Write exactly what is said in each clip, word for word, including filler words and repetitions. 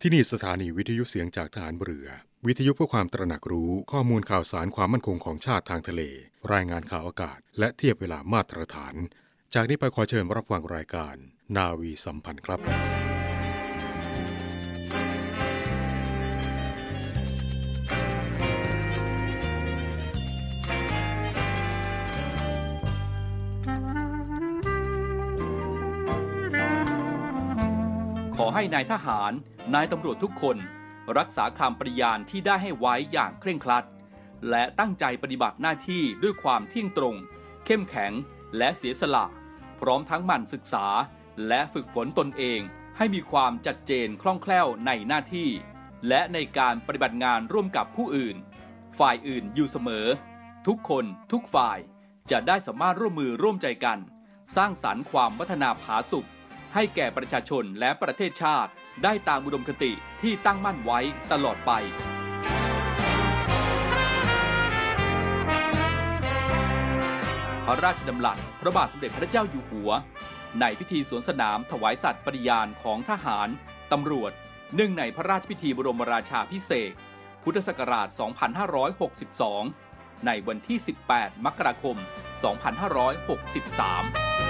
ที่นี่สถานีวิทยุเสียงจากทหารเรือวิทยุเพื่อความตระหนักรู้ข้อมูลข่าวสารความมั่นคงของชาติทางทะเลรายงานข่าวอากาศและเทียบเวลามาตรฐานจากนี้ไปขอเชิญรับฟังรายการนาวีสัมพันธ์ครับขอให้นายทหารนายตำรวจทุกคนรักษาคำปฏิญาณที่ได้ให้ไว้อย่างเคร่งครัดและตั้งใจปฏิบัติหน้าที่ด้วยความเที่ยงตรงเข้มแข็งและเสียสละพร้อมทั้งหมั่นศึกษาและฝึกฝนตนเองให้มีความชัดเจนคล่องแคล่วในหน้าที่และในการปฏิบัติงานร่วมกับผู้อื่นฝ่ายอื่นอยู่เสมอทุกคนทุกฝ่ายจะได้สามารถร่วมมือร่วมใจกันสร้างสรรค์ความพัฒนาผาสุกให้แก่ประชาชนและประเทศชาติได้ตามอุดมคติที่ตั้งมั่นไว้ตลอดไปพระราชดำรัสพระบาทสมเด็จพระเจ้าอยู่หัวในพิธีสวนสนามถวายสัตย์ปฏิญาณของทหารตำรวจเนื่องในพระราชพิธีบรมราชาภิเษกพุทธศักราช สองพันห้าร้อยหกสิบสอง ในวันที่ สิบแปด มกราคม สองพันห้าร้อยหกสิบสาม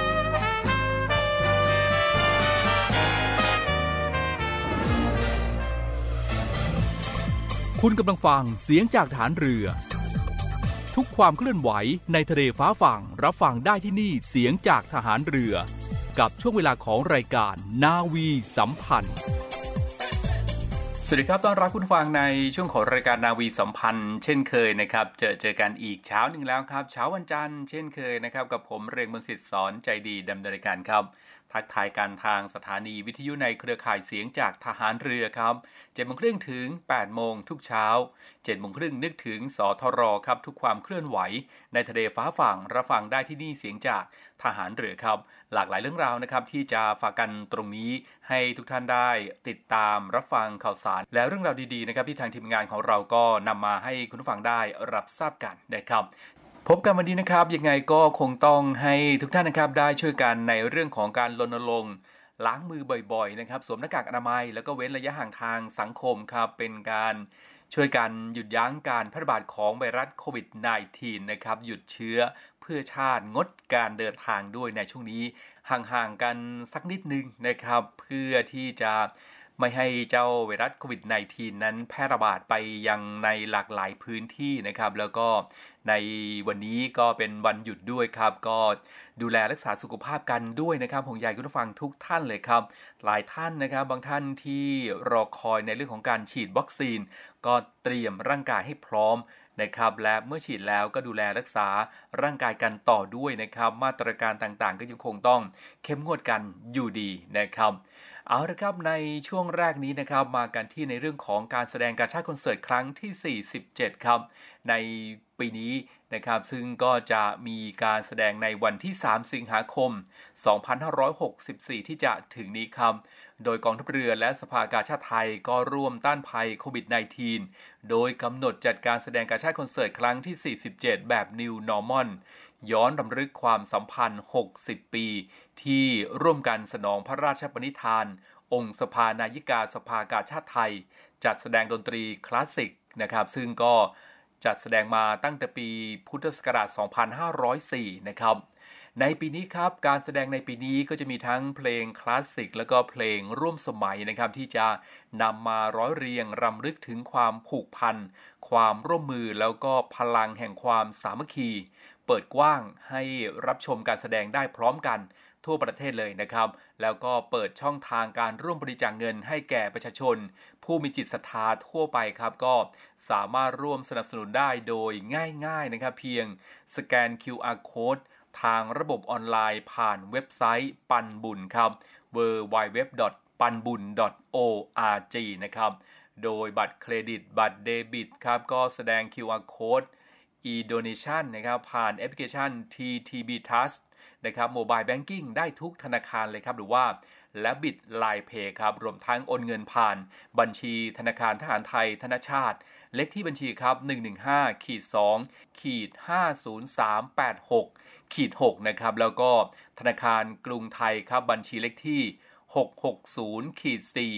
คุณกำลังฟังเสียงจากฐานเรือทุกความเคลื่อนไหวในทะเลฟ้าฝั่งรับฟังได้ที่นี่เสียงจากทหารเรือกับช่วงเวลาของรายการนาวีสัมพันธ์สวัสดีครับต้อนรับคุณฟังในช่วงของรายการนาวีสัมพันธ์เช่นเคยนะครับเจอเจอกันอีกเช้าหนึ่งแล้วครับเช้าวันจันทร์เช่นเคยนะครับกับผมเรืองมนต์สิทธิ์สอนใจดีดำเนินรายการครับทักทายกันทางสถานีวิทยุในเครือข่ายเสียงจากทหารเรือครับเจ็ดโมงครึ่งถึงแปดโมงทุกเช้าเจ็ดโมงครึ่งนึกถึงสทรครับทุกความเคลื่อนไหวในทะเลฟ้าฝั่งรับฟังได้ที่นี่เสียงจากทหารเรือครับหลากหลายเรื่องราวนะครับที่จะฝากกันตรงนี้ให้ทุกท่านได้ติดตามรับฟังข่าวสารและเรื่องราวดีๆนะครับที่ทางทีมงานของเราก็นำมาให้คุณผู้ฟังได้รับทราบกันนะครับพบกันวันนี้นะครับยังไงก็คงต้องให้ทุกท่านนะครับได้ช่วยกันในเรื่องของการรณรงค์ล้างมือบ่อยๆนะครับสวมหน้ากากอนามัยแล้วก็เว้นระยะห่างทางสังคมครับเป็นการช่วยกันหยุดยั้งการแพร่ระบาดของไวรัสโควิด สิบเก้า นะครับหยุดเชื้อเพื่อชาติงดการเดินทางด้วยในช่วงนี้ห่างๆกันสักนิดนึงนะครับเพื่อที่จะไม่ให้เจ้าไวรัสโควิด สิบเก้า นั้นแพร่ระบาดไปยังในหลากหลายพื้นที่นะครับแล้วก็ในวันนี้ก็เป็นวันหยุดด้วยครับก็ดูแลรักษาสุขภาพกันด้วยนะครับห่วงใยคุณผู้ฟังทุกท่านเลยครับหลายท่านนะครับบางท่านที่รอคอยในเรื่องของการฉีดวัคซีนก็เตรียมร่างกายให้พร้อมนะครับและเมื่อฉีดแล้วก็ดูแลรักษาร่างกายกันต่อด้วยนะครับมาตรการต่างๆก็ยังคงต้องเข้มงวดกันอยู่ดีนะครับเอาละครับในช่วงแรกนี้นะครับมากันที่ในเรื่องของการแสดงการชาติคอนเสิร์ตครั้งที่สี่สิบเจ็ดครับในปีนี้นะครับซึ่งก็จะมีการแสดงในวันที่สามสิงหาคมสองพันห้าร้อยหกสิบสี่ที่จะถึงนี้ครับโดยกองทัพเรือและสภากาชาติไทยก็ร่วมต้านภัยโควิด สิบเก้า โดยกำหนดจัดการแสดงการชาติคอนเสิร์ตครั้งที่สี่สิบเจ็ดแบบ New Normal ย้อนรำลึกความสัมพันธ์หกสิบปีที่ร่วมกันสนองพระราชปณิธานองค์สภานายิกาสภากาชาติไทยจัดแสดงดนตรีคลาสสิกนะครับซึ่งก็จัดแสดงมาตั้งแต่ปีพุทธศักราช สองพันห้าร้อยสี่ นะครับในปีนี้ครับการแสดงในปีนี้ก็จะมีทั้งเพลงคลาสสิกแล้วก็เพลงร่วมสมัยนะครับที่จะนำมาร้อยเรียงรำลึกถึงความผูกพันความร่วมมือแล้วก็พลังแห่งความสามัคคีเปิดกว้างให้รับชมการแสดงได้พร้อมกันทั่วประเทศเลยนะครับแล้วก็เปิดช่องทางการร่วมบริจาคเงินให้แก่ประชาชนผู้มีจิตศรัทธาทั่วไปครับก็สามารถร่วมสนับสนุนได้โดยง่ายๆนะครับเพียงสแกน คิว อาร์ Code ทางระบบออนไลน์ผ่านเว็บไซต์ปันบุญครับ ดับเบิลยู ดับเบิลยู ดับเบิลยู ดอท ปันบุญ ดอท โอ อาร์ จี นะครับโดยบัตรเครดิตบัตรเดบิตครับก็แสดง คิว อาร์ Code e-donation นะครับผ่านแอปพลิเคชัน ที ที บี Trust นะครับโมบายแบงกิ้งได้ทุกธนาคารเลยครับหรือว่าและบิต ไลน์ เพย์ ครับรวมทั้งโอนเงินผ่านบัญชีธนาคารทหารไทยธนชาติเลขที่บัญชีครับ หนึ่ง หนึ่ง ห้า สอง ห้า ศูนย์ สาม แปด หก หก นะครับแล้วก็ธนาคารกรุงไทยครับบัญชีเลขที่ หก หก ศูนย์ สี่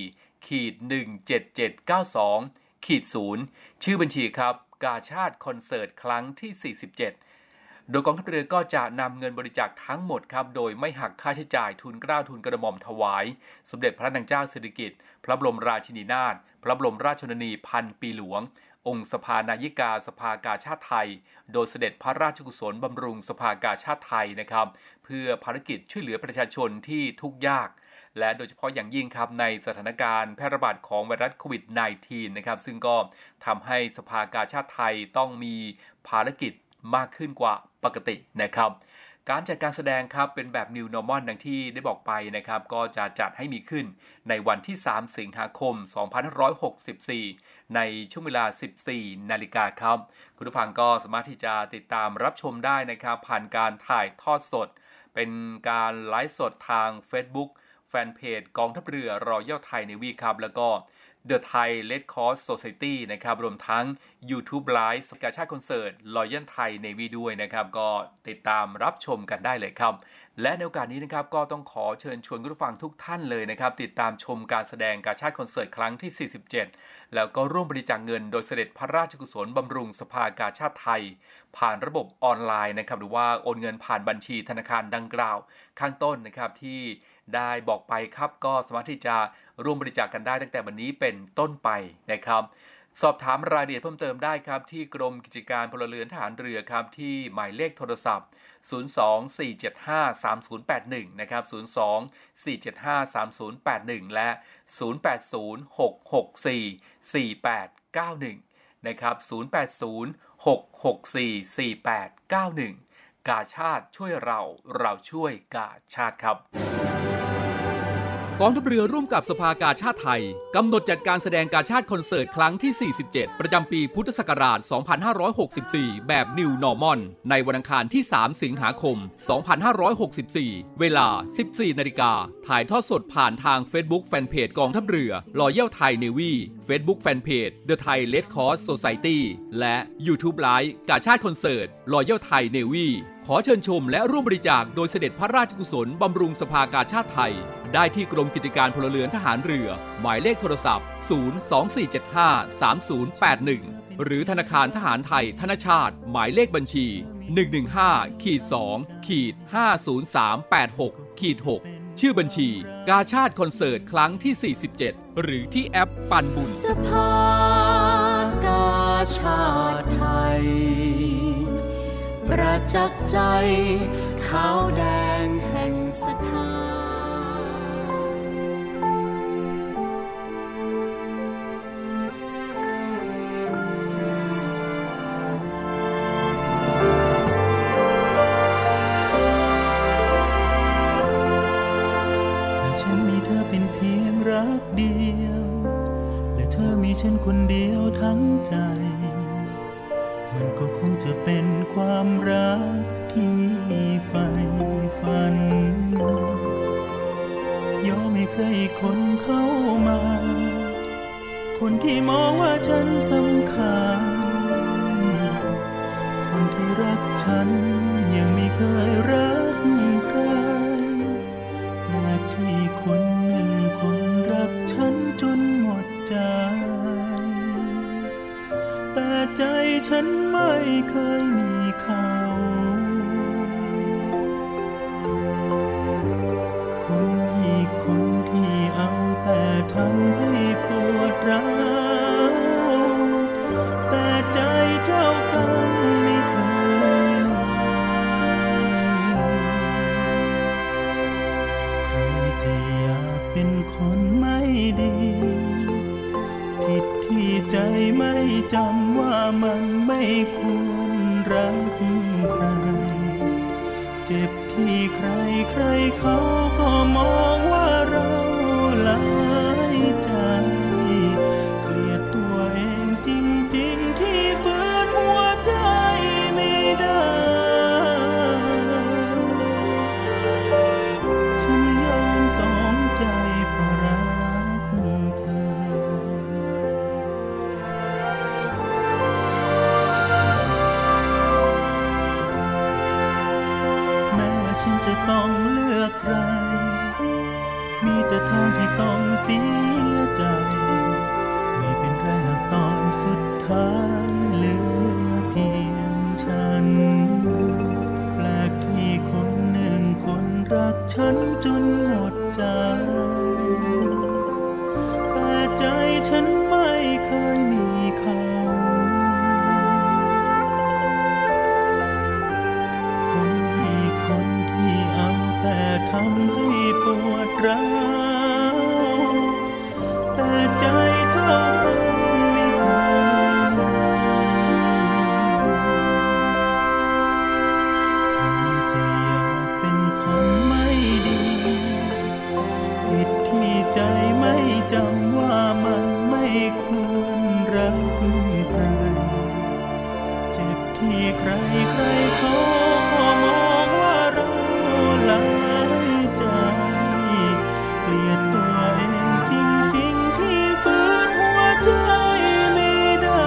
ขีดหนึ่งเจ็ดเจ็ดเก้าสองขีดศูนย์ชื่อบัญชีครับกาชาดคอนเสิร์ตครั้งที่สี่สิบเจ็ดโดยกองทัพเรือก็จะนำเงินบริจาคทั้งหมดครับโดยไม่หักค่าใช้จ่ายทุนเกล้าทุนกระหม่อมถวายสมเด็จพระนางเจ้าสิริกิติ์พระบรมราชินีนาถพระบรมราชชนนีพันปีหลวงองค์สภานายิกาสภากาชาดไทยโดยเสด็จพระราชกุศลบำรุงสภากาชาดไทยนะครับเพื่อภารกิจช่วยเหลือประชาชนที่ทุกข์ยากและโดยเฉพาะอย่างยิ่งครับในสถานการณ์แพร่ระบาดของไวรัสโควิด สิบเก้า นะครับซึ่งก็ทำให้สภากาชาดไทยต้องมีภารกิจมากขึ้นกว่าปกตินะครับการจัดการแสดงครับเป็นแบบ New Normal ดังที่ได้บอกไปนะครับก็จะจัดให้มีขึ้นในวันที่สามสิงหาคมสองพันห้าร้อยหกสิบสี่ในช่วงเวลา สิบสี่นาฬิกาครับคุณผู้ฟังก็สามารถที่จะติดตามรับชมได้นะครับผ่านการถ่ายทอดสดเป็นการไลฟ์สดทาง Facebook แฟนเพจกองทัพเรือรอยัลไทยเนวีครับแล้วก็The Thai Red Cross Society นะครับรวมทั้ง YouTube Live กาชาดคอนเสิร์ต Royal Thai Navy ด้วยนะครับก็ติดตามรับชมกันได้เลยครับและในโอกาสนี้นะครับก็ต้องขอเชิญชวนคุณผู้ฟังทุกท่านเลยนะครับติดตามชมการแสดงกาชาดคอนเสิร์ตครั้งที่สี่สิบเจ็ดแล้วก็ร่วมบริจาคเงินโดยเสด็จพระราชกุศลบำรุงสภากาชาดไทยผ่านระบบออนไลน์นะครับหรือว่าโอนเงินผ่านบัญชีธนาคารดังกล่าวข้างต้นนะครับที่ได้บอกไปครับก็สามารถที่จะร่วมบริจาค ก, กันได้ตั้งแต่วันนี้เป็นต้นไปนะครับสอบถามรายละเอียดเพิ่มเติมได้ครับที่กรมกิจการพลเรือนทหารเรือครับที่หมายเลขโทรศัพท์ศูนย์ สอง สี่ เจ็ด ห้า สาม ศูนย์ แปด หนึ่งนะครับศูนย์ สอง สี่ เจ็ด ห้า สาม ศูนย์ แปด หนึ่งและศูนย์ แปด ศูนย์ หก หก สี่ สี่ แปด เก้า หนึ่งนะครับศูนย์ แปด ศูนย์ หก หก สี่ สี่ แปด เก้า หนึ่งกาชาดช่วยเราเราช่วยกาชาดครับกองทัพเรือร่วมกับสภากาชาดไทยกำหนดจัดการแสดงกาชาดคอนเสิร์ตครั้งที่สี่สิบเจ็ดประจำปีพุทธศักราชสองพันห้าร้อยหกสิบสี่แบบ New Normal ในวันอังคารที่สามสิงหาคมสองพันห้าร้อยหกสิบสี่เวลา สิบสี่นาฬิกาถ่ายทอดสดผ่านทาง Facebook แฟนเพจกองทัพเรือ Royal Thai Navy Facebook แฟนเพจ The Thai Red Cross Society และ YouTube Live กาชาดคอนเสิร์ต Royal Thai Navyขอเชิญชมและร่วมบริจาคโดยเสด็จพระราชกุศลบำรุงสภากาชาดไทยได้ที่กรมกิจการพลเรือนทหารเรือหมายเลขโทรศัพท์ ศูนย์ สอง สี่ เจ็ด ห้า สาม ศูนย์ แปด หนึ่ง หรือธนาคารทหารไทยธนชาติหมายเลขบัญชี หนึ่ง หนึ่ง ห้า สอง ห้า ศูนย์ สาม แปด หก หก ชื่อบัญชีกาชาดคอนเสิร์ตครั้งที่สี่สิบเจ็ดหรือที่แอปปันบุญสภากาชาดไทยประจักษ์ใจขาวแดงแห่งศรัทธาฉันมีเธอเป็นเพียงรักเดียวและเธอมีฉันคนเดียวทั้งใจมันก็คงจะเป็นความรักที่ใฝ่ฝันยอมให้ใครคนเข้ามาคนที่มองว่าฉันสำคัญคนที่รักฉันยังไม่เคยรักใครอยากที่คนหนึ่งคนรักฉันจนหมดใจแต่ใจฉันไม่เคยมีเขาคนอีกคนที่เอาแต่ทำให้ปวดร้าวแต่ใจเจ้ากรรมไม่เคยใครจะอยากเป็นคนไม่ดีผิดที่ใจไม่จำว่ามันไม่ควรรักใครเจ็บที่ใครใครเขาก็มองว่าเราหลายใจเกลียดตัวเองจริงๆที่ฝืนหัวใจไม่ได้ฉันยอมสองใจเพราะรักเธอฉันจะต้องเลือกใครฉันไม่เคยมีเขาคนอีกคนที่เอาแต่ทำให้ปวดร้าวแต่ใจเท่ากันไม่เคยใครจะอยากเป็นคนไม่ดีผิดที่ใจไม่จำว่ามันไม่ควรรักใครเจ็บที่ใครใครเขาก็มองว่าเราหลายใจเกลียดตัวเองจริงๆที่ฝืนหัวใจไม่ได้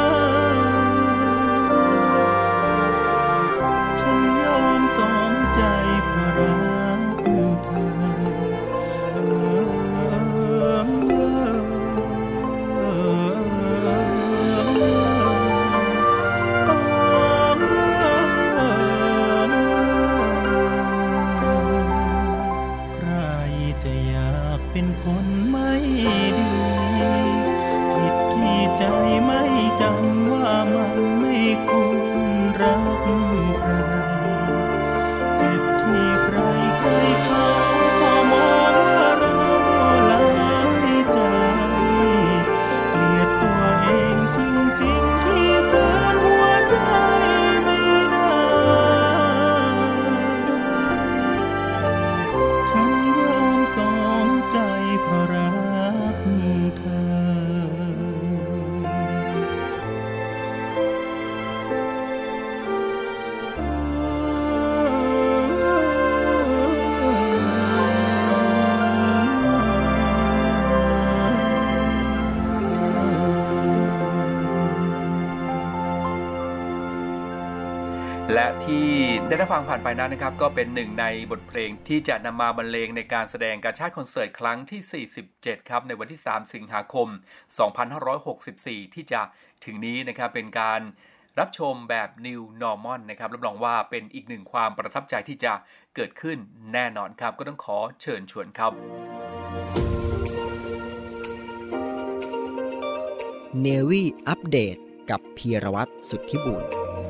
ฉันยอมสองใจเพราะรักเธอเออเออเออใครจะอยากเป็นคนไม่ดีผิดที่ใจไม่จำว่ามันไม่ควรรักใครเจ็บที่ใครใครเขาก็มองว่าเราหลายใจเกลียดตัวเองจริงๆที่ฝืนหัวใจไม่ได้ฉันยอมสองใจเพราะรักเธอและที่ได้รับฟังผ่านไปนั้นนะครับก็เป็นหนึ่งในบทเพลงที่จะนำมาบรรเลงในการแสดงกาชาดคอนเสิร์ตครั้งที่สี่สิบเจ็ดครับในวันที่สามสิงหาคมสองพันห้าร้อยหกสิบสี่ที่จะถึงนี้นะครับเป็นการรับชมแบบ New Normal นะครับรับรองว่าเป็นอีกหนึ่งความประทับใจที่จะเกิดขึ้นแน่นอนครับก็ต้องขอเชิญชวนครับ Navy อัปเดตกับพีรวัตรสุทธิบุญ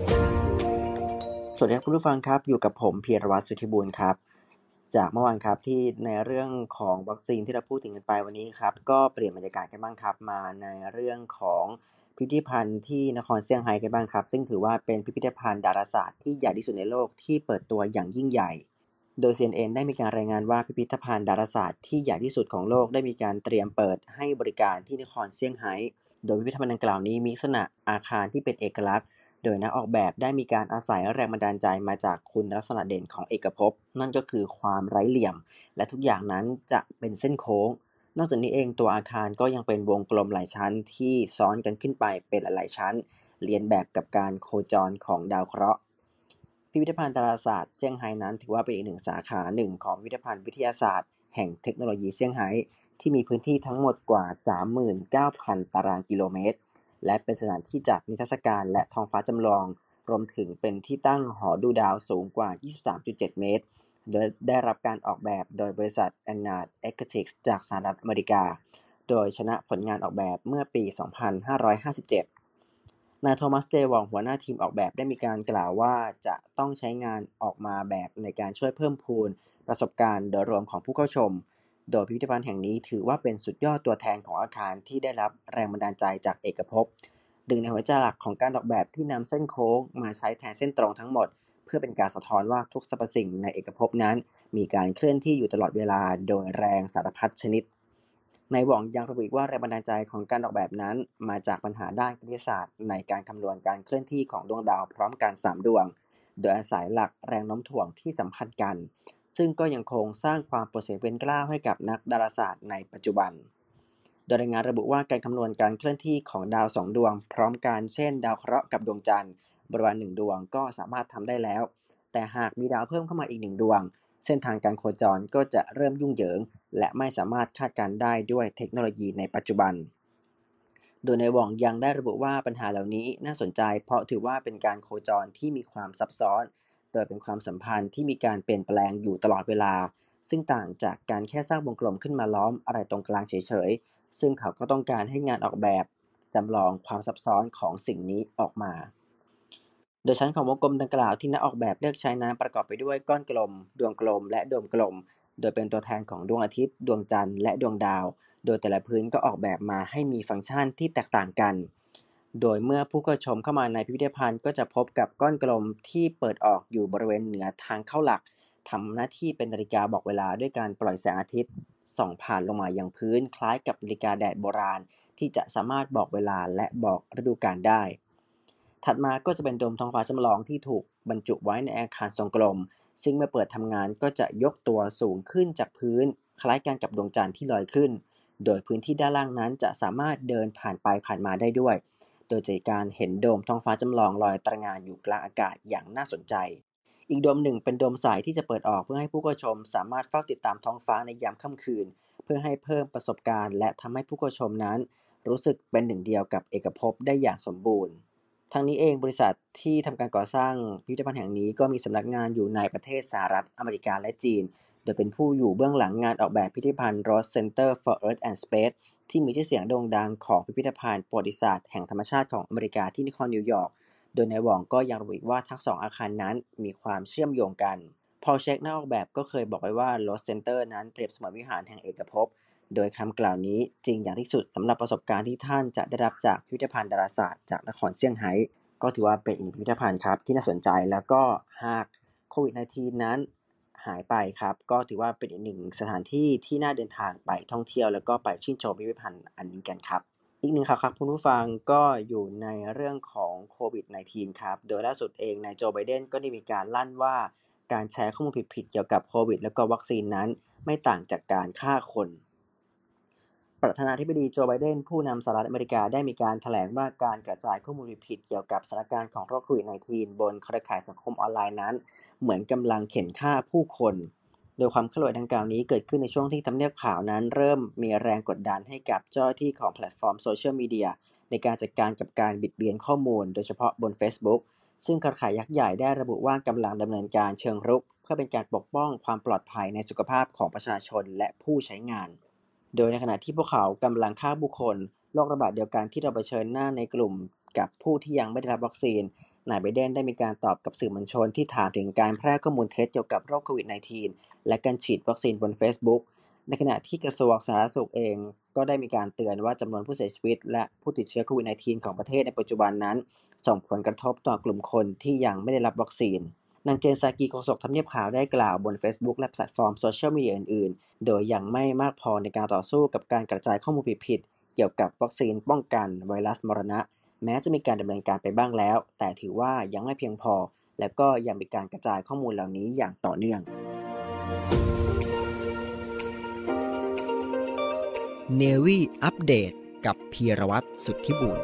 สวัสดีครับคุณผู้ฟังครับอยู่กับผมพีรวัตรสุทธิบุญครับจากเมื่อวานครับที่ในเรื่องของวัคซีนที่เราพูดถึงกันไปวันนี้ครับก็เปลี่ยนบรรยากาศกันบ้างครับมาในเรื่องของพิพิธภัณฑ์ที่นครเซี่ยงไฮ้กันบ้างครับซึ่งถือว่าเป็นพิพิธภัณฑ์ดาราศาสตร์ที่ใหญ่ที่สุดในโลกที่เปิดตัวอย่างยิ่งใหญ่โดย ซี เอ็น เอ็น ได้มีการรายงานว่าพิพิธภัณฑ์ดาราศาสตร์ที่ใหญ่ที่สุดของโลกได้มีการเตรียมเปิดให้บริการที่นครเซี่ยงไฮ้โดยพิพิธภัณฑ์ดังกล่าวนี้มีลักษณะอาคารที่เป็นเอกลักษณ์โดยนักออกแบบได้มีการอาศัยแรงบันดาลใจมาจากคุณลักษณะเด่นของเอกภพนั่นก็คือความไร้เหลี่ยมและทุกอย่างนั้นจะเป็นเส้นโค้งนอกจากนี้เองตัวอาคารก็ยังเป็นวงกลมหลายชั้นที่ซ้อนกันขึ้นไปเป็นหลายๆชั้นเรียนแบบกับการโคจรของดาวเคราะห์พิพิธภัณฑ์ดาราศาสตร์เซี่ยงไฮ้นั้นถือว่าเป็นอีกหนึ่งสาขาหนึ่งของพิพิธภัณฑ์วิทยาศาสตร์แห่งเทคโนโลยีเซี่ยงไฮ้ที่มีพื้นที่ทั้งหมดกว่า สามหมื่นเก้าพัน ตารางกิโลเมตรและเป็นสถานที่จัดนิทรรศการและท้องฟ้าจำลองรวมถึงเป็นที่ตั้งหอดูดาวสูงกว่า ยี่สิบสามจุดเจ็ด เมตรโดยได้รับการออกแบบโดยบริษัท Anand Architects จากสหรัฐอเมริกาโดยชนะผลงานออกแบบเมื่อปี สองพันห้าร้อยห้าสิบเจ็ด นายโทมัส เจ วองหัวหน้าทีมออกแบบได้มีการกล่าวว่าจะต้องใช้งานออกมาแบบในการช่วยเพิ่มพูนประสบการณ์โดยรวมของผู้เข้าชมโดยพิพิธภัณฑ์แห่งนี้ถือว่าเป็นสุดยอดตัวแทนของอาคารที่ได้รับแรงบันดาลใจจากเอกภพหนึ่งในหัวใจหลักของการออกแบบที่นำเส้นโค้งมาใช้แทนเส้นตรงทั้งหมดเพื่อเป็นการสะท้อนว่าทุกสรรพสิ่งในเอกภพนั้นมีการเคลื่อนที่อยู่ตลอดเวลาโดยแรงสารพัดชนิดในหว่องยังระบุอีกว่าแรงบันดาลใจของการออกแบบนั้นมาจากปัญหาด้านคณิตศาสตร์ในการคำนวณการเคลื่อนที่ของดวงดาวพร้อมกันสามดวงโดยอาศัยหลักแรงโน้มถ่วงที่สัมพันธ์กันซึ่งก็ยังคงสร้างความปวดเสียเป็นกล้าวให้กับนักดาราศาสตร์ในปัจจุบันโดยรายงานระบุว่าการคำนวณการเคลื่อนที่ของดาวสองดวงพร้อมกันเช่นดาวเคราะห์กับดวงจันทร์บริเวณหนึ่งดวงก็สามารถทำได้แล้วแต่หากมีดาวเพิ่มเข้ามาอีกหนึ่งดวงเส้นทางการโคจรก็จะเริ่มยุ่งเหยิงและไม่สามารถคาดการณ์ได้ด้วยเทคโนโลยีในปัจจุบันโดยในหว่องยังได้ระบุว่าปัญหาเหล่านี้น่าสนใจเพราะถือว่าเป็นการโคจรที่มีความซับซ้อนโดยเป็นความสัมพันธ์ที่มีการเปลี่ยนแปลงอยู่ตลอดเวลาซึ่งต่างจากการแค่สร้างวงกลมขึ้นมาล้อมอะไรตรงกลางเฉยซึ่งเขาก็ต้องการให้งานออกแบบจำลองความซับซ้อนของสิ่งนี้ออกมาโดยชั้นของวงกลมดังกล่าวที่นักออกแบบเลือกใช้นั้นประกอบไปด้วยก้อนกลมดวงกลมและโดมกลมโดยเป็นตัวแทนของดวงอาทิตย์ดวงจันทร์และดวงดาวโดยแต่ละพื้นก็ออกแบบมาให้มีฟังก์ชันที่แตกต่างกันโดยเมื่อผู้เข้าชมเข้ามาในพิพิธภัณฑ์ก็จะพบกับก้อนกลมที่เปิดออกอยู่บริเวณเหนือทางเข้าหลักทำหน้าที่เป็นนาฬิกาบอกเวลาด้วยการปล่อยแสงอาทิตย์ส่องผ่านลงมายังพื้นคล้ายกับนาฬิกาแดดโบราณที่จะสามารถบอกเวลาและบอกฤดูกาลได้ถัดมาก็จะเป็นโดมท้องฟ้าจำลองที่ถูกบรรจุไว้ในอาคารทรงกลมซึ่งเมื่อเปิดทำงานก็จะยกตัวสูงขึ้นจากพื้นคล้ายกันกับดวงจันทร์ที่ลอยขึ้นโดยพื้นที่ด้านล่างนั้นจะสามารถเดินผ่านไปผ่านมาได้ด้วยโดยจากการเห็นโดมท้องฟ้าจำลองลอยตระหง่านอยู่กลางอากาศอย่างน่าสนใจอีกโดมหนึ่งเป็นโดมใสที่จะเปิดออกเพื่อให้ผู้เข้าชมสามารถเฝ้าติดตามท้องฟ้าในยามค่ำคืนเพื่อให้เพิ่มประสบการณ์และทำให้ผู้เข้าชมนั้นรู้สึกเป็นหนึ่งเดียวกับเอกภพได้อย่างสมบูรณ์ทั้งนี้เองบริษัทที่ทำการก่อสร้างพิพิธภัณฑ์แห่งนี้ก็มีสำนักงานอยู่ในประเทศสหรัฐอเมริกาและจีนโดยเป็นผู้อยู่เบื้องหลังงานออกแบบพิพิธภัณฑ์ Ross Center for Earth and Space ที่มีชื่อเสียงโด่งดังของพิพิธภัณฑ์ประวัติศาสตร์แห่งธรรมชาติของอเมริกาที่นครนิวยอร์กโดยในหว่องก็ยังระบุว่าทั้งสองอาคารนั้นมีความเชื่อมโยงกันพอลเช็คนักออกแบบก็เคยบอกไว้ว่า Ross Center นั้นเปรียบเสมือนวิหารแห่งเอกภพโดยคำกล่าวนี้จริงอย่างที่สุดสำหรับประสบการณ์ที่ท่านจะได้รับจากพิพิธภัณฑ์ดาราศาสตร์จากนครเซี่ยงไฮ้ก็ถือว่าเป็นอีกพิพิธภัณฑ์ครับที่น่าสนใจแล้วก็หากโควิด สิบเก้า นั้นหายไปครับก็ถือว่าเป็นอีกหนึ่งสถานที่ที่น่าเดินทางไปท่องเที่ยวแล้วก็ไปชื่นชมพิพิธภัณฑ์อันนี้กันครับอีกหนึ่งข่าวครับคุณผู้ฟังก็อยู่ในเรื่องของโควิด สิบเก้า ครับโดยล่าสุดเองนายโจไบเดนก็ได้มีการลั่นว่าการแชร์ข้อมูลผิดๆเกี่ยวกับโควิดแล้วก็วัคซีนนั้นไม่ต่างจากการฆ่าคนประธานาธิบดีโจไบเดนผู้นำสหรัฐอเมริกาได้มีการแถลงว่าการกระจายข้อมูลผิดเกี่ยวกับสถานการณ์ของโรคโควิด สิบเก้า บนเครือข่ายสังคมออนไลน์นั้นเหมือนกำลังเข็นฆ่าผู้คนโดยความเคลื่อนไหวดังกล่าวนี้เกิดขึ้นในช่วงที่ทำเนียบขาวนั้นเริ่มมีแรงกดดันให้กับเจ้าหน้าที่ของแพลตฟอร์มโซเชียลมีเดียในการจัดการกับการบิดเบือนข้อมูลโดยเฉพาะบน Facebook ซึ่งเครือข่ายยักษ์ใหญ่ได้ระบุว่ากำลังดำเนินการเชิงรุกเพื่อเป็นการปกป้องความปลอดภัยในสุขภาพของประชาชนและผู้ใช้งานโดยในขณะที่พวกเขากำลังฆ่าบุคคลโรคระบาดเดียวกันที่เราเผชิญหน้าในกลุ่มกับผู้ที่ยังไม่ได้รับวัคซีนนายไบเดนได้มีการตอบกับสื่อมวลชนที่ถามถึงการแพร่ข้อมูลเท็จเกี่ยวกับโรคโควิด สิบเก้า และการฉีดวัคซีนบน Facebook ในขณะที่กระทรวงสาธารณสุขเองก็ได้มีการเตือนว่าจำนวนผู้เสียชีวิตและผู้ติดเชื้อโควิด สิบเก้า ของประเทศในปัจจุบันนั้นส่งผลกระทบต่อกลุ่มคนที่ยังไม่ได้รับวัคซีนนางเจนซากีโฆษกทำเนียบขาวได้กล่าวบน Facebook และแพลตฟอร์มโซเชียลมีเดียอื่นๆโดยยังไม่มากพอในการต่อสู้กับการกระจายข้อมูลผิดๆเกี่ยวกับวัคซีนป้องกันไวรัสมรณะแม้จะมีการดำเนินการไปบ้างแล้วแต่ถือว่ายังไม่เพียงพอและก็ยังมีการกระจายข้อมูลเหล่านี้อย่างต่อเนื่อง Navy อัปเดตกับพีรวัตรสุทธิบุญ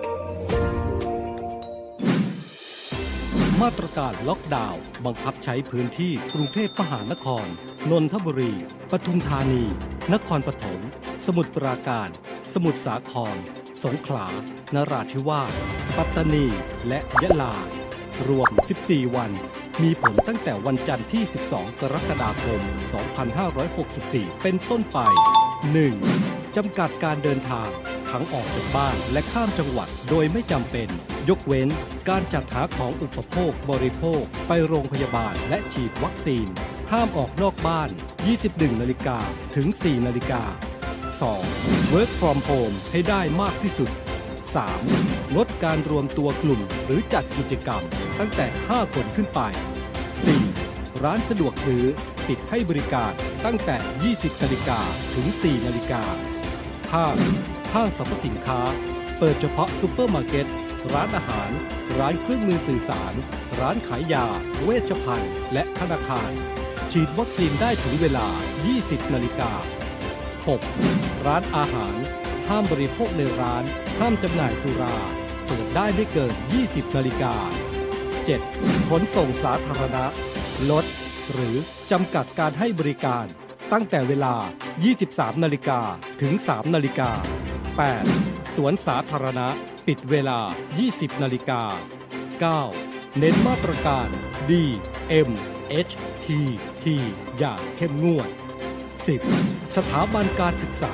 มาตรการล็อกดาวน์บังคับใช้พื้นที่กรุงเทพมหานครนนทบุรีปทุมธานีนครปฐมสมุทรปราการสมุทรสาครสงขลานราธิวาสปัตตานีและยะลารวมสิบสี่วันมีผลตั้งแต่วันจันทร์ที่สิบสองกรกฎาคมสองพันห้าร้อยหกสิบสี่เป็นต้นไป หนึ่ง จำกัดการเดินทางทั้งออกจากบ้านและข้ามจังหวัดโดยไม่จำเป็นยกเว้นการจัดหาของอุปโภคบริโภคไปโรงพยาบาลและฉีดวัคซีนห้ามออกนอกบ้าน ยี่สิบเอ็ดนาฬิกาถึง สี่นาฬิกา สอง Work from home ให้ได้มากที่สุด สาม งดการรวมตัวกลุ่มหรือจัดกิจกรรมตั้งแต่ห้าคนขึ้นไป สี่ ร้านสะดวกซื้อปิดให้บริการตั้งแต่ ยี่สิบนาฬิกาถึง สี่นาฬิกา ห้า ห้างสรรพสินค้าเปิดเฉพาะซุปเปอร์มาร์เก็ตร้านอาหารร้านเครื่องมือสื่อสารร้านขายยาเวชภัณฑ์และธนาคารฉีดวัคซีนได้ถึงเวลา ยี่สิบนาฬิกา หก ร้านอาหารห้ามบริโภคในร้านห้ามจำหน่ายสุราเปิดได้ไม่เกิน ยี่สิบนาฬิกา เจ็ด ขนส่งสาธารณะลดหรือจำกัดการให้บริการตั้งแต่เวลา ยี่สิบสามนาฬิกาถึง สามนาฬิกา แปด สวนสาธารณะปิดเวลา ยี่สิบนาฬิกา เก้า เน้นมาตรการ ดี เอ็ม เอช ที ที อย่างเข้มงวด สิบ สถาบันการศึกษา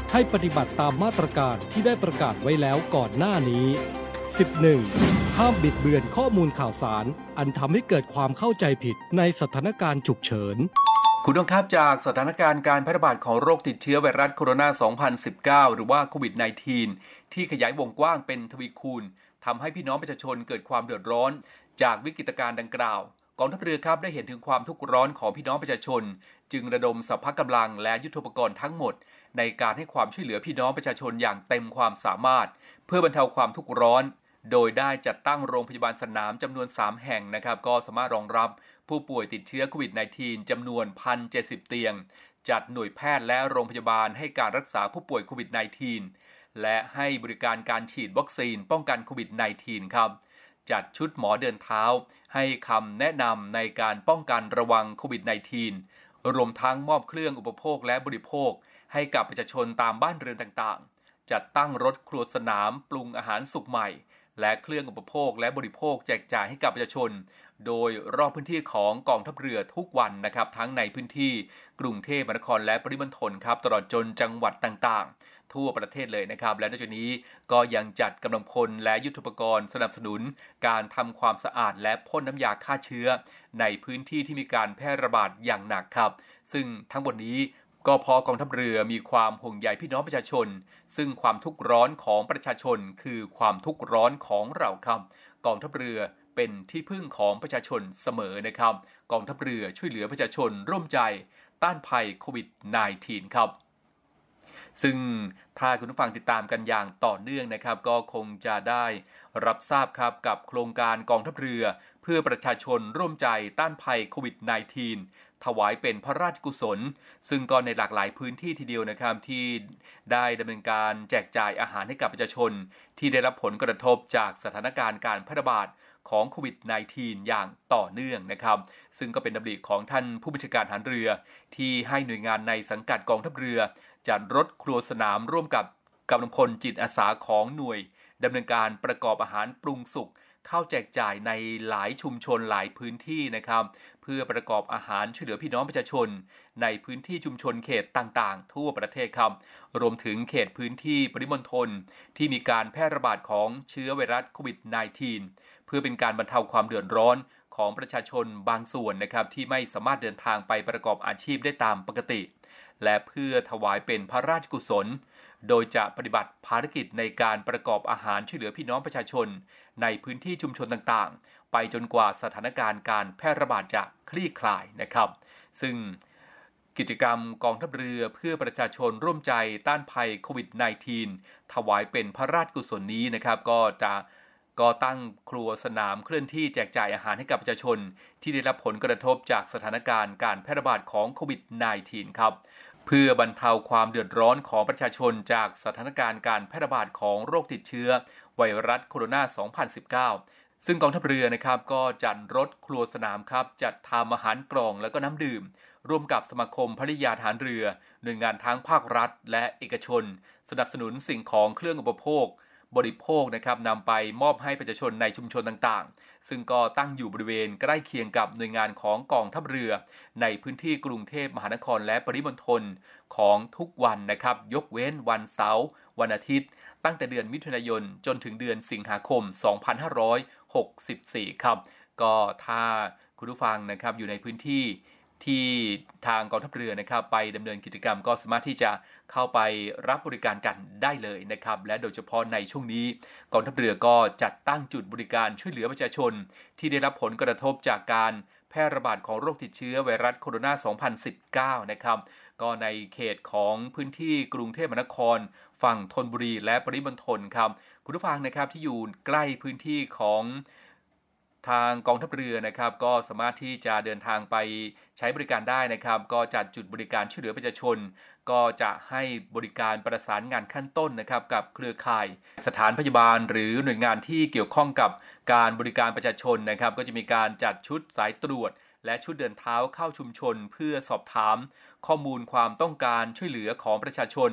ให้ปฏิบัติตามมาตรการที่ได้ประกาศไว้แล้วก่อนหน้านี้ สิบเอ็ด ห้ามบิดเบือนข้อมูลข่าวสารอันทำให้เกิดความเข้าใจผิดในสถานการณ์ฉุกเฉินคุณผู้ชมครับจากสถานการณ์การแพร่ระบาดของโรคติดเชื้อไวรัสโคโรนา สองพันสิบเก้า หรือว่าโควิด สิบเก้า ที่ขยายวงกว้างเป็นทวีคูณทำให้พี่น้องประชาชนเกิดความเดือดร้อนจากวิกฤตการณ์ดังกล่าวกองทัพเรือครับได้เห็นถึงความทุกข์ร้อนของพี่น้องประชาชนจึงระดมสรรพกำลังและยุทโธปกรณ์ทั้งหมดในการให้ความช่วยเหลือพี่น้องประชาชนอย่างเต็มความสามารถเพื่อบรรเทาความทุกข์ร้อนโดยได้จัดตั้งโรงพยาบาลสนามจำนวนสามแห่งนะครับก็สามารถรองรับผู้ป่วยติดเชื้อโควิด สิบเก้า จำนวน หนึ่งพันเจ็ดสิบ เตียงจัดหน่วยแพทย์และโรงพยาบาลให้การรักษาผู้ป่วยโควิด สิบเก้า และให้บริการการฉีดวัคซีนป้องกันโควิด สิบเก้า ครับจัดชุดหมอเดินเท้าให้คำแนะนำในการป้องกันระวังโควิด สิบเก้า รวมทั้งมอบเครื่องอุปโภคและบริโภคให้กับประชาชนตามบ้านเรือนต่างๆจัดตั้งรถครัวสนามปรุงอาหารสุกใหม่และเครื่องอุปโภคและบริโภคแจกจ่ายให้กับประชาชนโดยรอบพื้นที่ของกองทัพเรือทุกวันนะครับทั้งในพื้นที่กรุงเทพมหานครและปริมณฑลครับตลอดจนจังหวัดต่างๆทั่วประเทศเลยนะครับและนอกจากนี้ก็ยังจัดกำลังพลและยุทโธปกรณ์สนับสนุนการทำความสะอาดและพ่นน้ำยาฆ่าเชื้อในพื้นที่ที่มีการแพร่ระบาดอย่างหนักครับซึ่งทั้งหมดนี้ก็เพราะกองทัพเรือมีความห่วงใยพี่น้องประชาชนซึ่งความทุกข์ร้อนของประชาชนคือความทุกข์ร้อนของเราครับกองทัพเรือเป็นที่พึ่งของประชาชนเสมอนะครับกองทัพเรือช่วยเหลือประชาชนร่วมใจต้านภัยโควิด สิบเก้า ครับซึ่งถ้าคุณผู้ฟังติดตามกันอย่างต่อเนื่องนะครับก็คงจะได้รับทราบครับกับโครงการกองทัพเรือเพื่อประชาชนร่วมใจต้านภัยโควิด สิบเก้า ถวายเป็นพระราชกุศลซึ่งก็ในหลากหลายพื้นที่ทีเดียวนะครับที่ได้ดำเนินการแจกจ่ายอาหารให้กับประชาชนที่ได้รับผลกระทบจากสถานการณ์การแพร่ระบาดของโควิด สิบเก้า อย่างต่อเนื่องนะครับซึ่งก็เป็นดำริของท่านผู้บัญชาการทหารเรือที่ให้หน่วยงานในสังกัดกองทัพเรือจัดรถครัวสนามร่วมกับกำลังพลจิตอาสาของหน่วยดำเนินการประกอบอาหารปรุงสุกเข้าแจกจ่ายในหลายชุมชนหลายพื้นที่นะครับเพื่อประกอบอาหารช่วยเหลือพี่น้องประชาชนในพื้นที่ชุมชนเขตต่างๆทั่วประเทศครับรวมถึงเขตพื้นที่ปริมณฑลที่มีการแพร่ระบาดของเชื้อไวรัสโควิด สิบเก้า เพื่อเป็นการบรรเทาความเดือดร้อนของประชาชนบางส่วนนะครับที่ไม่สามารถเดินทางไปประกอบอาชีพได้ตามปกติและเพื่อถวายเป็นพระราชกุศลโดยจะปฏิบัติภารกิจในการประกอบอาหารช่วยเหลือพี่น้องประชาชนในพื้นที่ชุมชนต่างๆไปจนกว่าสถานการณ์การแพร่ระบาดจะคลี่คลายนะครับซึ่งกิจกรรมกองทัพเรือเพื่อประชาชนร่วมใจต้านภัยโควิด สิบเก้า ถวายเป็นพระราชกุศลนี้นะครับก็จะก็ตั้งครัวสนามเคลื่อนที่แจกจ่ายอาหารให้กับประชาชนที่ได้รับผลกระทบจากสถานการณ์การแพร่ระบาดของโควิด สิบเก้า ครับเพื่อบรรเทาความเดือดร้อนของประชาชนจากสถานการณ์การแพร่ระบาดของโรคติดเชื้อไวรัสโคโรนา สองพันสิบเก้า ซึ่งกองทัพเรือนะครับก็จัดรถครัวสนามครับจัดทำอาหารกล่องและก็น้ำดื่มร่วมกับสมาคมภริยาทหารเรือหน่วยงานทั้งภาครัฐและเอกชนสนับสนุนสิ่งของเครื่องอุปโภคบริโภคนะครับนำไปมอบให้ประชาชนในชุมชนต่างๆซึ่งก็ตั้งอยู่บริเวณใกล้เคียงกับหน่วยงานของกองทัพเรือในพื้นที่กรุงเทพมหานครและปริมณฑลของทุกวันนะครับยกเว้นวันเสาร์วันอาทิตย์ตั้งแต่เดือนมิถุนายนจนถึงเดือนสิงหาคมสองพันห้าร้อยหกสิบสี่ครับก็ถ้าคุณผู้ฟังนะครับอยู่ในพื้นที่ที่ทางกองทัพเรือนะครับไปดำเนินกิจกรรมก็สามารถที่จะเข้าไปรับบริการกันได้เลยนะครับและโดยเฉพาะในช่วงนี้กองทัพเรือก็จัดตั้งจุดบริการช่วยเหลือประชาชนที่ได้รับผลกระทบจากการแพร่ระบาดของโรคติดเชื้อไวรัสโคโรนา สองพันสิบเก้า นะครับก็ในเขตของพื้นที่กรุงเทพมหานครฝั่งธนบุรีและปริมณฑลครับคุณผู้ฟังนะครับที่อยู่ใกล้พื้นที่ของทางกองทัพเรือนะครับก็สามารถที่จะเดินทางไปใช้บริการได้นะครับก็จัดจุดบริการช่วยเหลือประชาชนก็จะให้บริการประสานงานขั้นต้นนะครับกับเครือข่ายสถานพยาบาลหรือหน่วยงานที่เกี่ยวข้องกับการบริการประชาชนนะครับก็จะมีการจัดชุดสายตรวจและชุดเดินเท้าเข้าชุมชนเพื่อสอบถามข้อมูลความต้องการช่วยเหลือของประชาชน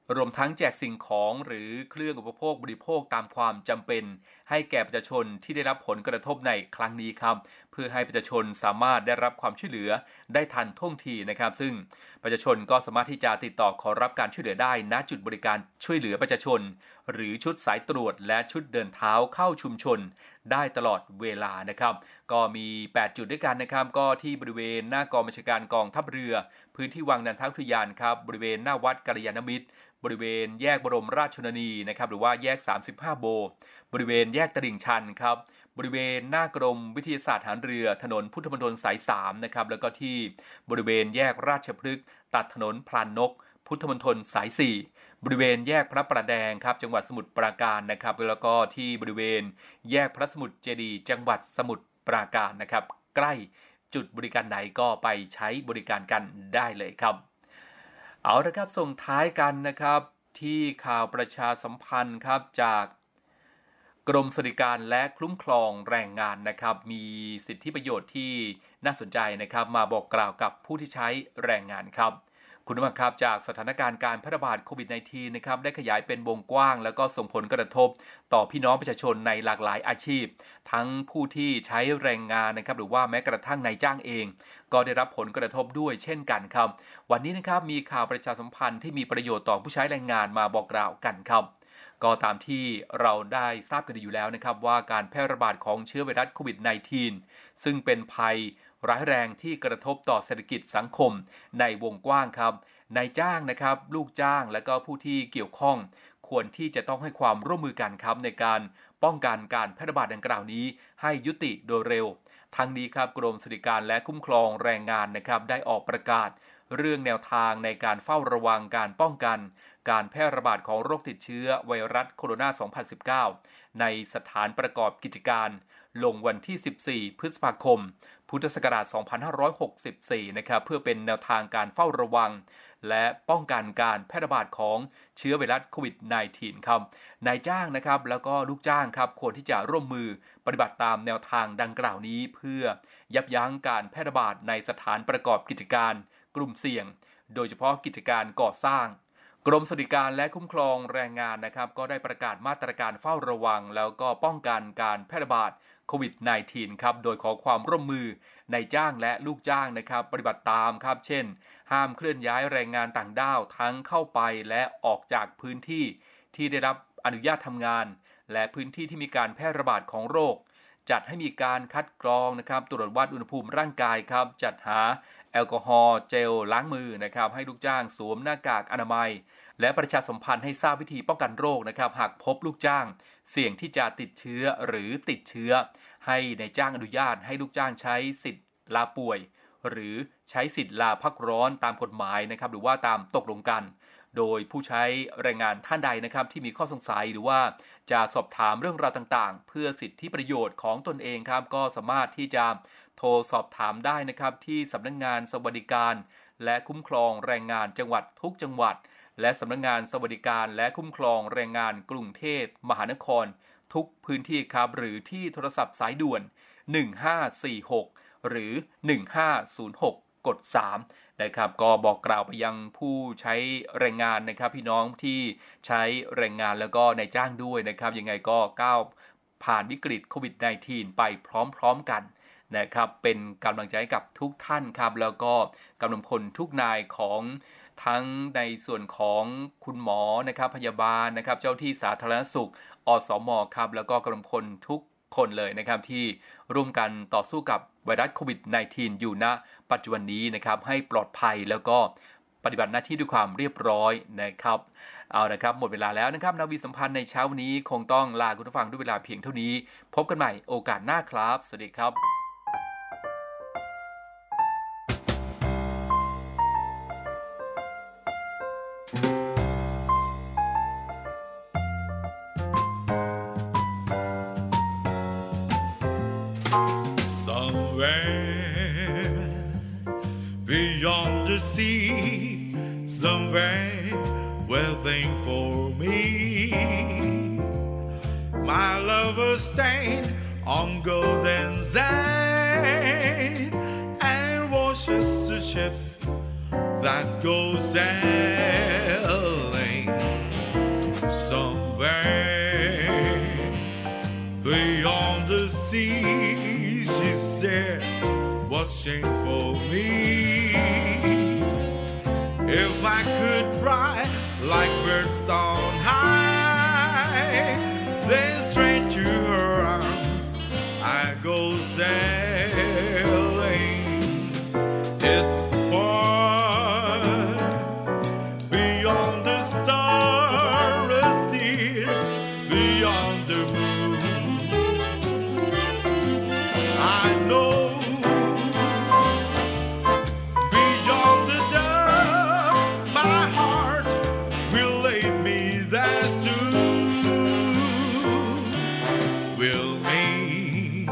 รวมทั้งแจกสิ่งของหรือเครื่องอุปโภคบริโภคตามความจำเป็นให้แก่ประชาชนที่ได้รับผลกระทบในครั้งนี้ครับเพื่อให้ประชาชนสามารถได้รับความช่วยเหลือได้ทันท่วงทีนะครับซึ่งประชาชนก็สามารถที่จะติดต่อขอรับการช่วยเหลือได้ณจุดบริการช่วยเหลือประชาชนหรือชุดสายตรวจและชุดเดินเท้าเข้าชุมชนได้ตลอดเวลานะครับก็มีแปดจุดด้วยกันนะครับก็ที่บริเวณหน้ากองบัญชาการกองทัพเรือพื้นที่วังนันทอุทยานครับบริเวณหน้าวัดกัลยาณมิตรบริเวณแยกบรมราชชนนีนะครับหรือว่าแยกสามสิบห้าโบบริเวณแยกตลิ่งชันครับบริเวณหน้ากรมวิทยาศาสตร์ทหารเรือถนนพุทธมณฑลสายสามนะครับแล้วก็ที่บริเวณแยกราชพฤกษ์ตัดถนนพลานนกพุทธมณฑลสายสี่บริเวณแยกพระประแดงครับจังหวัดสมุทรปราการนะครับแล้วก็ที่บริเวณแยกพระสมุทรเจดีย์จังหวัดสมุทรปราการนะครับใกล้จุดบริการไหนก็ไปใช้บริการกันได้เลยครับเอาละครับส่งท้ายกันนะครับที่ข่าวประชาสัมพันธ์ครับจากกรมสวัสดิการและคุ้มครองแรงงานนะครับมีสิทธิประโยชน์ที่น่าสนใจนะครับมาบอกกล่าวกับผู้ที่ใช้แรงงานครับคุณผู้ชมครับจากสถานการณ์การแพร่ระบาดโควิด สิบเก้า นะครับได้ขยายเป็นวงกว้างแล้วก็ส่งผลกระทบต่อพี่น้องประชาชนในหลากหลายอาชีพทั้งผู้ที่ใช้แรงงานนะครับหรือว่าแม้กระทั่งนายจ้างเองก็ได้รับผลกระทบด้วยเช่นกันครับวันนี้นะครับมีข่าวประชาสัมพันธ์ที่มีประโยชน์ต่อผู้ใช้แรงงานมาบอกกล่าวกันครับก็ตามที่เราได้ทราบกันอยู่แล้วนะครับว่าการแพร่ระบาดของเชื้อไวรัสโควิด สิบเก้า ซึ่งเป็นภัยร้ายแรงที่กระทบต่อเศรษฐกิจสังคมในวงกว้างครับนายจ้างนะครับลูกจ้างและก็ผู้ที่เกี่ยวข้องควรที่จะต้องให้ความร่วมมือกันครับในการป้องกันการแพร่ระบาดดังกล่าวนี้ให้ยุติโดยเร็วทั้งนี้ครับกรมสวัสดิการและคุ้มครองแรงงานนะครับได้ออกประกาศเรื่องแนวทางในการเฝ้าระวังการป้องกันการแพร่ระบาดของโรคติดเชื้อไวรัสโคโรนา สองพันสิบเก้า ในสถานประกอบกิจการลงวันที่สิบสี่พฤษภาคมพุทธศักราชสองพันห้าร้อยหกสิบสี่นะครับเพื่อเป็นแนวทางการเฝ้าระวังและป้องกันการแพร่ระบาดของเชื้อไวรัสโควิด สิบเก้า ครับนายจ้างนะครับแล้วก็ลูกจ้างครับควรที่จะร่วมมือปฏิบัติตามแนวทางดังกล่าวนี้เพื่อยับยั้งการแพร่ระบาดในสถานประกอบกิจการกลุ่มเสี่ยงโดยเฉพาะกิจการก่อสร้างกรมสวัสดิการและคุ้มครองแรงงานนะครับก็ได้ประกาศมาตรการเฝ้าระวังแล้วก็ป้องกันการแพร่ระบาดโควิด สิบเก้า ครับโดยขอความร่วมมือนายจ้างและลูกจ้างนะครับปฏิบัติตามครับเช่นห้ามเคลื่อนย้ายแรงงานต่างด้าวทั้งเข้าไปและออกจากพื้นที่ที่ได้รับอนุญาตทำงานและพื้นที่ที่มีการแพร่ระบาดของโรคจัดให้มีการคัดกรองนะครับตรวจวัดอุณหภูมิร่างกายครับจัดหาแอลกอฮอล์เจลล้างมือนะครับให้ลูกจ้างสวมหน้ากากอนามัยและประชาสัมพันธ์ให้ทราบวิธีป้องกันโรคนะครับหากพบลูกจ้างเสี่ยงที่จะติดเชื้อหรือติดเชื้อให้นายจ้างอนุญาตให้ลูกจ้างใช้สิทธิ์ลาป่วยหรือใช้สิทธิ์ลาพักร้อนตามกฎหมายนะครับหรือว่าตามตกลงกันโดยผู้ใช้แรงงานท่านใดนะครับที่มีข้อสงสัยหรือว่าจะสอบถามเรื่องราวต่างๆเพื่อสิทธิประโยชน์ของตนเองครับก็สามารถที่จะโทรสอบถามได้นะครับที่สำนักงานสวัสดิการและคุ้มครองแรงงานจังหวัดทุกจังหวัดและสำนักงานสวัสดิการและคุ้มครองแรงงานกรุงเทพมหานครทุกพื้นที่ครับหรือที่โทรศัพท์สายด่วนหนึ่งห้าสี่หกหรือหนึ่งห้าศูนย์หกกดสามนะครับก็บอกกล่าวไปยังผู้ใช้แรงงานนะครับพี่น้องที่ใช้แรงงานแล้วก็นายจ้างด้วยนะครับยังไงก็ก้าวผ่านวิกฤตโควิด สิบเก้า ไปพร้อมๆกันนะครับเป็นกำลังใจให้กับทุกท่านครับแล้วก็กำลังพลทุกนายของทั้งในส่วนของคุณหมอนะครับพยาบาลนะครับเจ้าที่สาธารณสุขอสม.ครับแล้วก็กำลังพลทุกคนเลยนะครับที่ร่วมกันต่อสู้กับไวรัสโควิด สิบเก้า อยู่ณปัจจุบันนี้นะครับให้ปลอดภัยแล้วก็ปฏิบัติหน้าที่ด้วยความเรียบร้อยนะครับเอานะครับหมดเวลาแล้วนะครับนาวีสัมพันธ์ในเช้าวันนี้คงต้องลาคุณผู้ฟังด้วยเวลาเพียงเท่านี้พบกันใหม่โอกาสหน้าครับสวัสดีครับ beyond the sea, somewhere waiting for me. My lover stand on golden sand and watches the ships that go sailing. the moon. I know beyond the dark, my heart will lead me there soon. We'll meet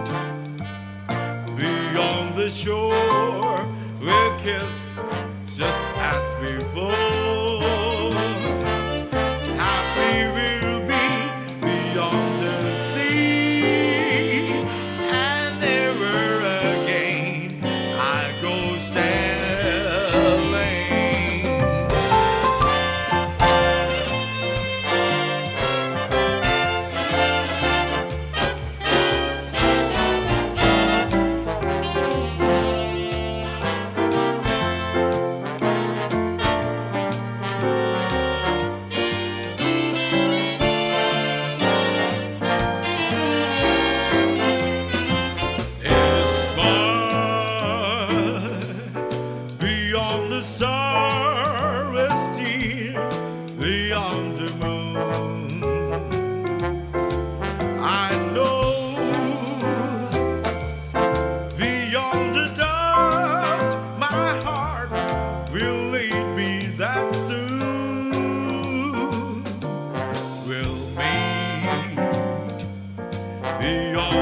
beyond the shore, we'll kiss just as before. Happy we'll be beyond the sea, and never again I go sailing. It's far beyond the starless dear, beyond the moon. I know beyond the doubt, my heart will lead me that soon. We'll meet beyond